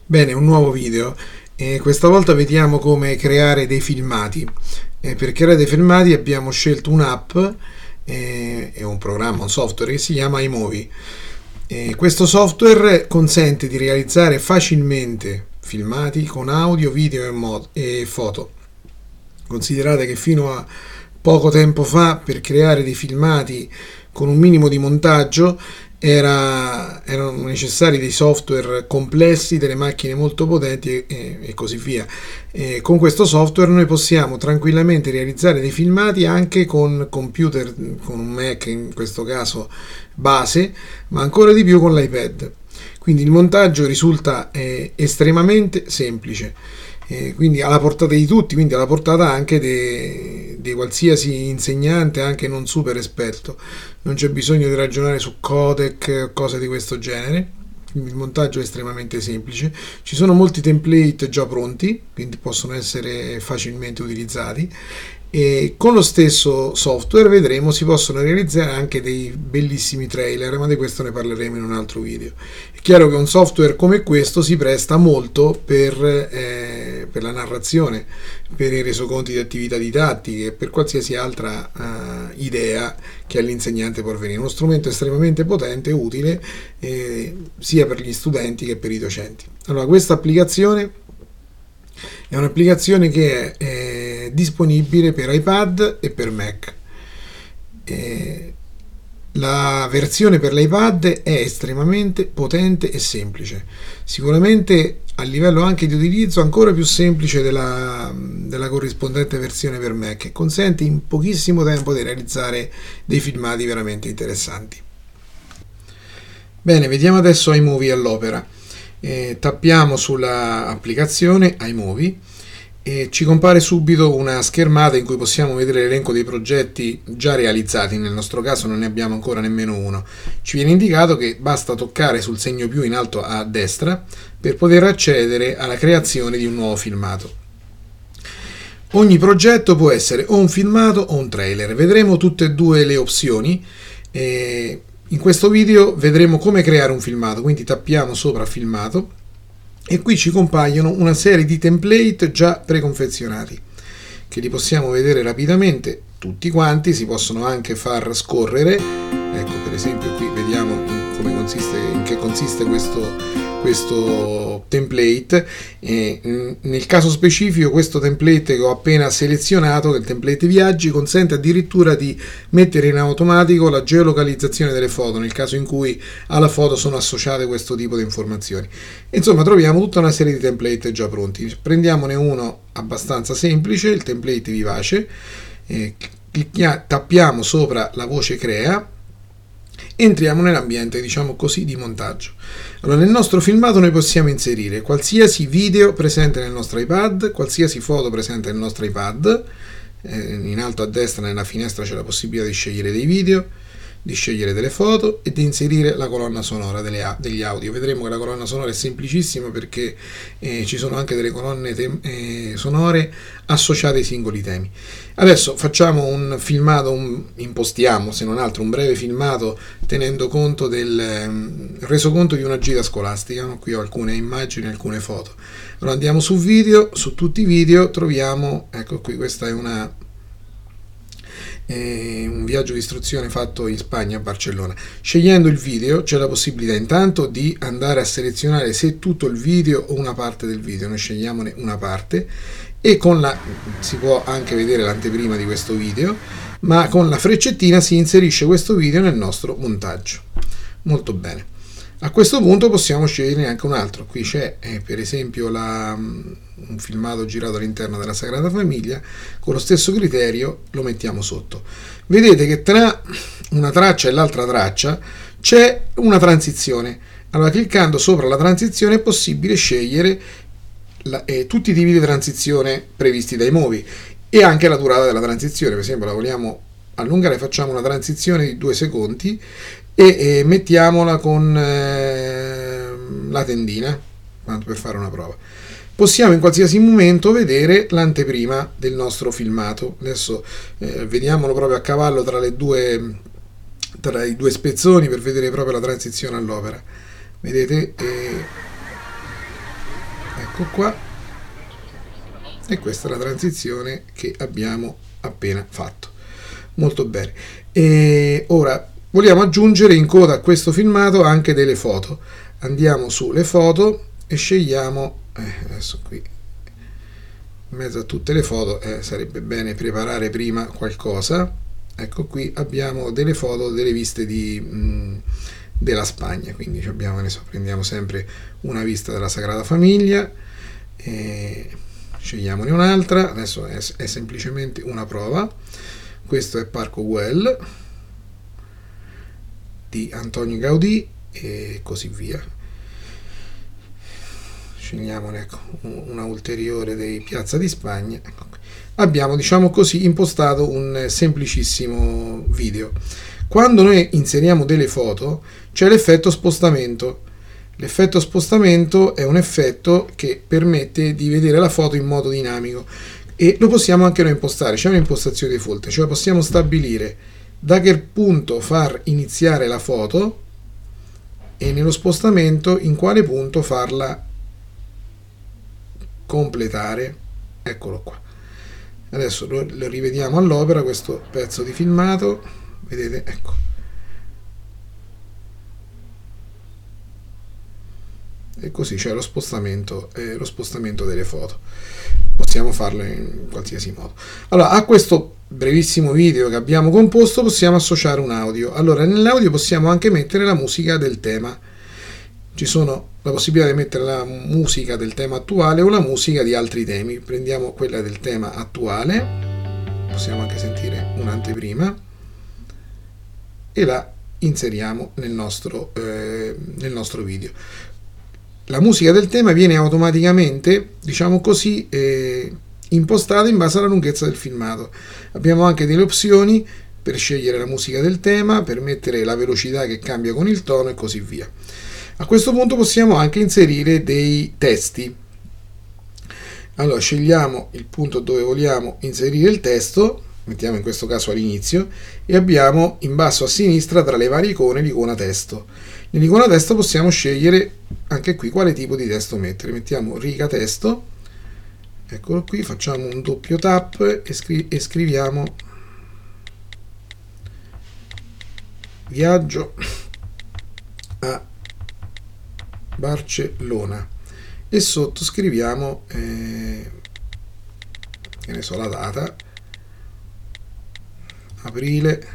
Bene, un nuovo video. Questa volta vediamo come creare dei filmati. Per creare dei filmati abbiamo scelto un'app e un programma, un software che si chiama iMovie. Questo software consente di realizzare facilmente filmati con audio, video e foto. Considerate che fino a poco tempo fa, per creare dei filmati con un minimo di montaggio erano necessari dei software complessi, delle macchine molto potenti e così via. Con questo software noi possiamo tranquillamente realizzare dei filmati anche con computer, con un Mac in questo caso base, ma ancora di più con l'iPad. Quindi il montaggio risulta estremamente semplice. Quindi alla portata di tutti, quindi alla portata anche di qualsiasi insegnante, anche non super esperto. Non c'è bisogno di ragionare su codec o cose di questo genere. Quindi il montaggio è estremamente semplice. Ci sono molti template già pronti, quindi possono essere facilmente utilizzati. E con lo stesso software vedremo si possono realizzare anche dei bellissimi trailer, ma di questo ne parleremo in un altro video. È chiaro che un software come questo si presta molto per la narrazione, per i resoconti di attività didattiche e per qualsiasi altra idea che all'insegnante può venire. Uno strumento estremamente potente e utile sia per gli studenti che per i docenti. Allora, questa applicazione è un'applicazione che è disponibile per iPad e per Mac. La versione per l'iPad è estremamente potente e semplice, sicuramente a livello anche di utilizzo ancora più semplice della corrispondente versione per Mac, e consente in pochissimo tempo di realizzare dei filmati veramente interessanti. Bene, vediamo adesso iMovie all'opera. Tappiamo sulla applicazione iMovie e ci compare subito una schermata in cui possiamo vedere l'elenco dei progetti già realizzati. Nel nostro caso non ne abbiamo ancora nemmeno uno. Ci viene indicato che basta toccare sul segno più in alto a destra per poter accedere alla creazione di un nuovo filmato. Ogni progetto può essere o un filmato o un trailer. Vedremo tutte e due le opzioni. In questo video vedremo come creare un filmato, quindi tappiamo sopra filmato e qui ci compaiono una serie di template già preconfezionati che li possiamo vedere rapidamente tutti quanti. Si possono anche far scorrere, ecco, per esempio qui vediamo in che consiste questo template. Nel caso specifico questo template che ho appena selezionato, del template viaggi, consente addirittura di mettere in automatico la geolocalizzazione delle foto nel caso in cui alla foto sono associate questo tipo di informazioni. Insomma, troviamo tutta una serie di template già pronti. Prendiamone uno abbastanza semplice, il template vivace, tappiamo sopra la voce crea, entriamo nell'ambiente, diciamo così, di montaggio. Allora, nel nostro filmato noi possiamo inserire qualsiasi video presente nel nostro iPad, qualsiasi foto presente nel nostro iPad. In alto a destra nella finestra c'è la possibilità di scegliere dei video, di scegliere delle foto e di inserire la colonna sonora degli audio. Vedremo che la colonna sonora è semplicissima perché ci sono anche delle colonne sonore associate ai singoli temi. Adesso facciamo un filmato, impostiamo se non altro un breve filmato tenendo conto del resoconto di una gita scolastica. Qui ho alcune immagini, alcune foto. Allora andiamo su video, su tutti i video troviamo, ecco qui, questa è un viaggio di istruzione fatto in Spagna, a Barcellona. Scegliendo il video c'è la possibilità intanto di andare a selezionare se tutto il video o una parte del video. Noi scegliamone una parte e si può anche vedere l'anteprima di questo video, ma con la freccettina si inserisce questo video nel nostro montaggio. Molto bene. A questo punto possiamo scegliere anche un altro. Qui c'è per esempio un filmato girato all'interno della Sagrada Famiglia. Con lo stesso criterio lo mettiamo sotto. Vedete che tra una traccia e l'altra traccia c'è una transizione. Allora, cliccando sopra la transizione è possibile scegliere tutti i tipi di transizione previsti dai iMovie e anche la durata della transizione. Per esempio, la vogliamo allungare, facciamo una transizione di 2 secondi e mettiamola con la tendina, tanto per fare una prova. Possiamo in qualsiasi momento vedere l'anteprima del nostro filmato. Adesso vediamolo proprio a cavallo tra i due spezzoni per vedere proprio la transizione all'opera. Vedete? ecco qua, e questa è la transizione che abbiamo appena fatto. Molto bene. E ora vogliamo aggiungere in coda a questo filmato anche delle foto. Andiamo sulle foto e scegliamo, adesso qui in mezzo a tutte le foto sarebbe bene preparare prima qualcosa. Ecco, qui abbiamo delle foto delle viste della Spagna, quindi abbiamo, prendiamo sempre una vista della Sagrada Famiglia, scegliamone un'altra. Adesso è semplicemente una prova. Questo è Parco Güell di Antonio Gaudí e così via. Scegliamone, ecco, una ulteriore dei Piazza di Spagna. Abbiamo, diciamo così, impostato un semplicissimo video. Quando noi inseriamo delle foto c'è l'effetto spostamento. L'effetto spostamento è un effetto che permette di vedere la foto in modo dinamico e lo possiamo anche noi impostare. C'è un'impostazione default, cioè possiamo stabilire da che punto far iniziare la foto e nello spostamento in quale punto farla completare. Eccolo qua. Adesso lo rivediamo all'opera questo pezzo di filmato, vedete, ecco, e così c'è lo spostamento delle foto. Possiamo farlo in qualsiasi modo. Allora, a questo brevissimo video che abbiamo composto possiamo associare un audio. Allora, nell'audio possiamo anche mettere la musica del tema. Ci sono la possibilità di mettere la musica del tema attuale o la musica di altri temi. Prendiamo quella del tema attuale, possiamo anche sentire un'anteprima e la inseriamo nel nostro video. La musica del tema viene automaticamente, diciamo così, impostata in base alla lunghezza del filmato. Abbiamo anche delle opzioni per scegliere la musica del tema, per mettere la velocità che cambia con il tono e così via. A questo punto possiamo anche inserire dei testi. Allora scegliamo il punto dove vogliamo inserire il testo, mettiamo in questo caso all'inizio, e abbiamo in basso a sinistra tra le varie icone l'icona testo. Nell'icona testo possiamo scegliere anche qui quale tipo di testo mettere. Mettiamo riga testo, eccolo qui, facciamo un doppio tap e scriviamo viaggio a Barcellona e sotto scriviamo che ne so, la data, aprile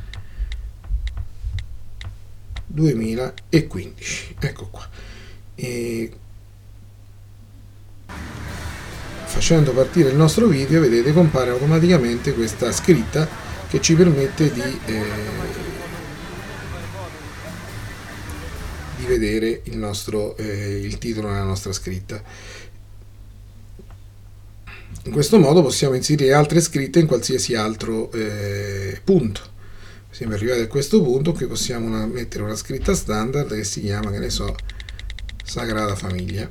2015. Ecco qua. E facendo partire il nostro video, vedete, compare automaticamente questa scritta che ci permette di vedere il titolo nella nostra scritta. In questo modo possiamo inserire altre scritte in qualsiasi altro punto. Siamo arrivati a questo punto, qui possiamo mettere una scritta standard che si chiama, che ne so, Sagrada Famiglia.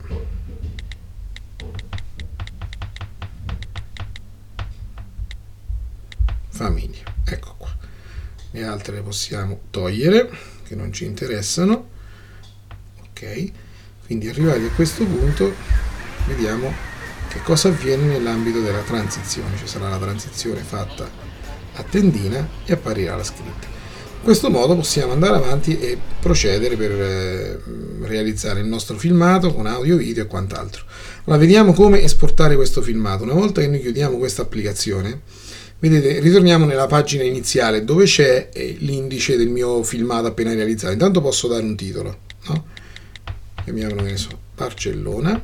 Famiglia, ecco qua. Le altre le possiamo togliere, che non ci interessano. Ok, quindi arrivati a questo punto vediamo che cosa avviene nell'ambito della transizione. Ci sarà la transizione fatta a tendina e apparirà la scritta. In questo modo possiamo andare avanti e procedere per realizzare il nostro filmato con audio, video e quant'altro. Allora vediamo come esportare questo filmato. Una volta che noi chiudiamo questa applicazione, vedete, ritorniamo nella pagina iniziale dove c'è l'indice del mio filmato appena realizzato. Intanto posso dare un titolo, no? Chiamiamolo, che ne so, Barcellona,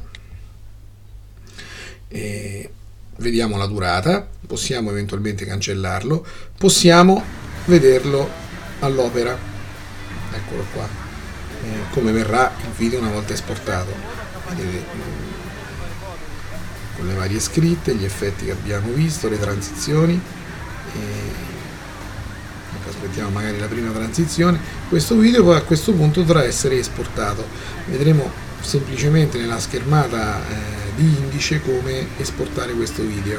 e vediamo la durata, possiamo eventualmente cancellarlo, possiamo vederlo all'opera, eccolo qua, come verrà il video una volta esportato. Vedete, con le varie scritte, gli effetti che abbiamo visto, le transizioni. Aspettiamo magari la prima transizione. Questo video poi a questo punto dovrà essere esportato. Vedremo semplicemente nella schermata di indice come esportare questo video.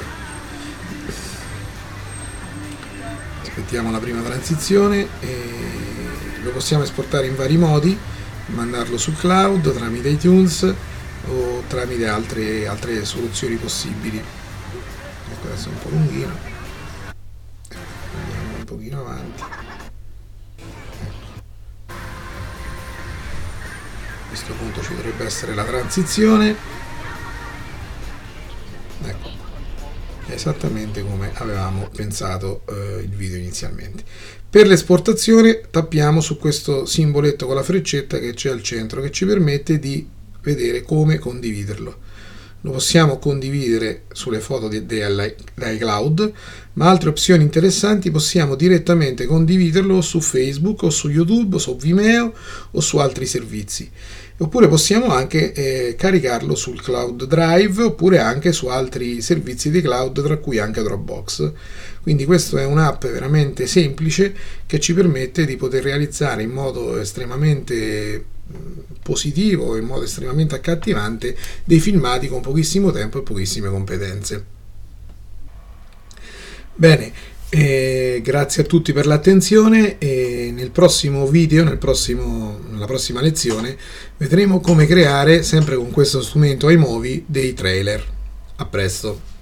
Aspettiamo la prima transizione e lo possiamo esportare in vari modi, mandarlo sul cloud tramite iTunes o tramite altre soluzioni possibili. Ecco, adesso è un po' lunghino, andiamo un pochino avanti. A questo punto ci dovrebbe essere la transizione, ecco, esattamente come avevamo pensato il video inizialmente. Per l'esportazione tappiamo su questo simboletto con la freccetta che c'è al centro, che ci permette di vedere come condividerlo. Lo possiamo condividere sulle foto dell'iCloud, ma altre opzioni interessanti possiamo direttamente condividerlo su Facebook o su YouTube o su Vimeo o su altri servizi. Oppure possiamo anche caricarlo sul Cloud Drive oppure anche su altri servizi di cloud, tra cui anche Dropbox. Quindi questa è un'app veramente semplice che ci permette di poter realizzare in modo estremamente positivo, in modo estremamente accattivante, dei filmati con pochissimo tempo e pochissime competenze. Bene, grazie a tutti per l'attenzione e nel prossimo video, nella prossima lezione, vedremo come creare, sempre con questo strumento iMovie, dei trailer. A presto!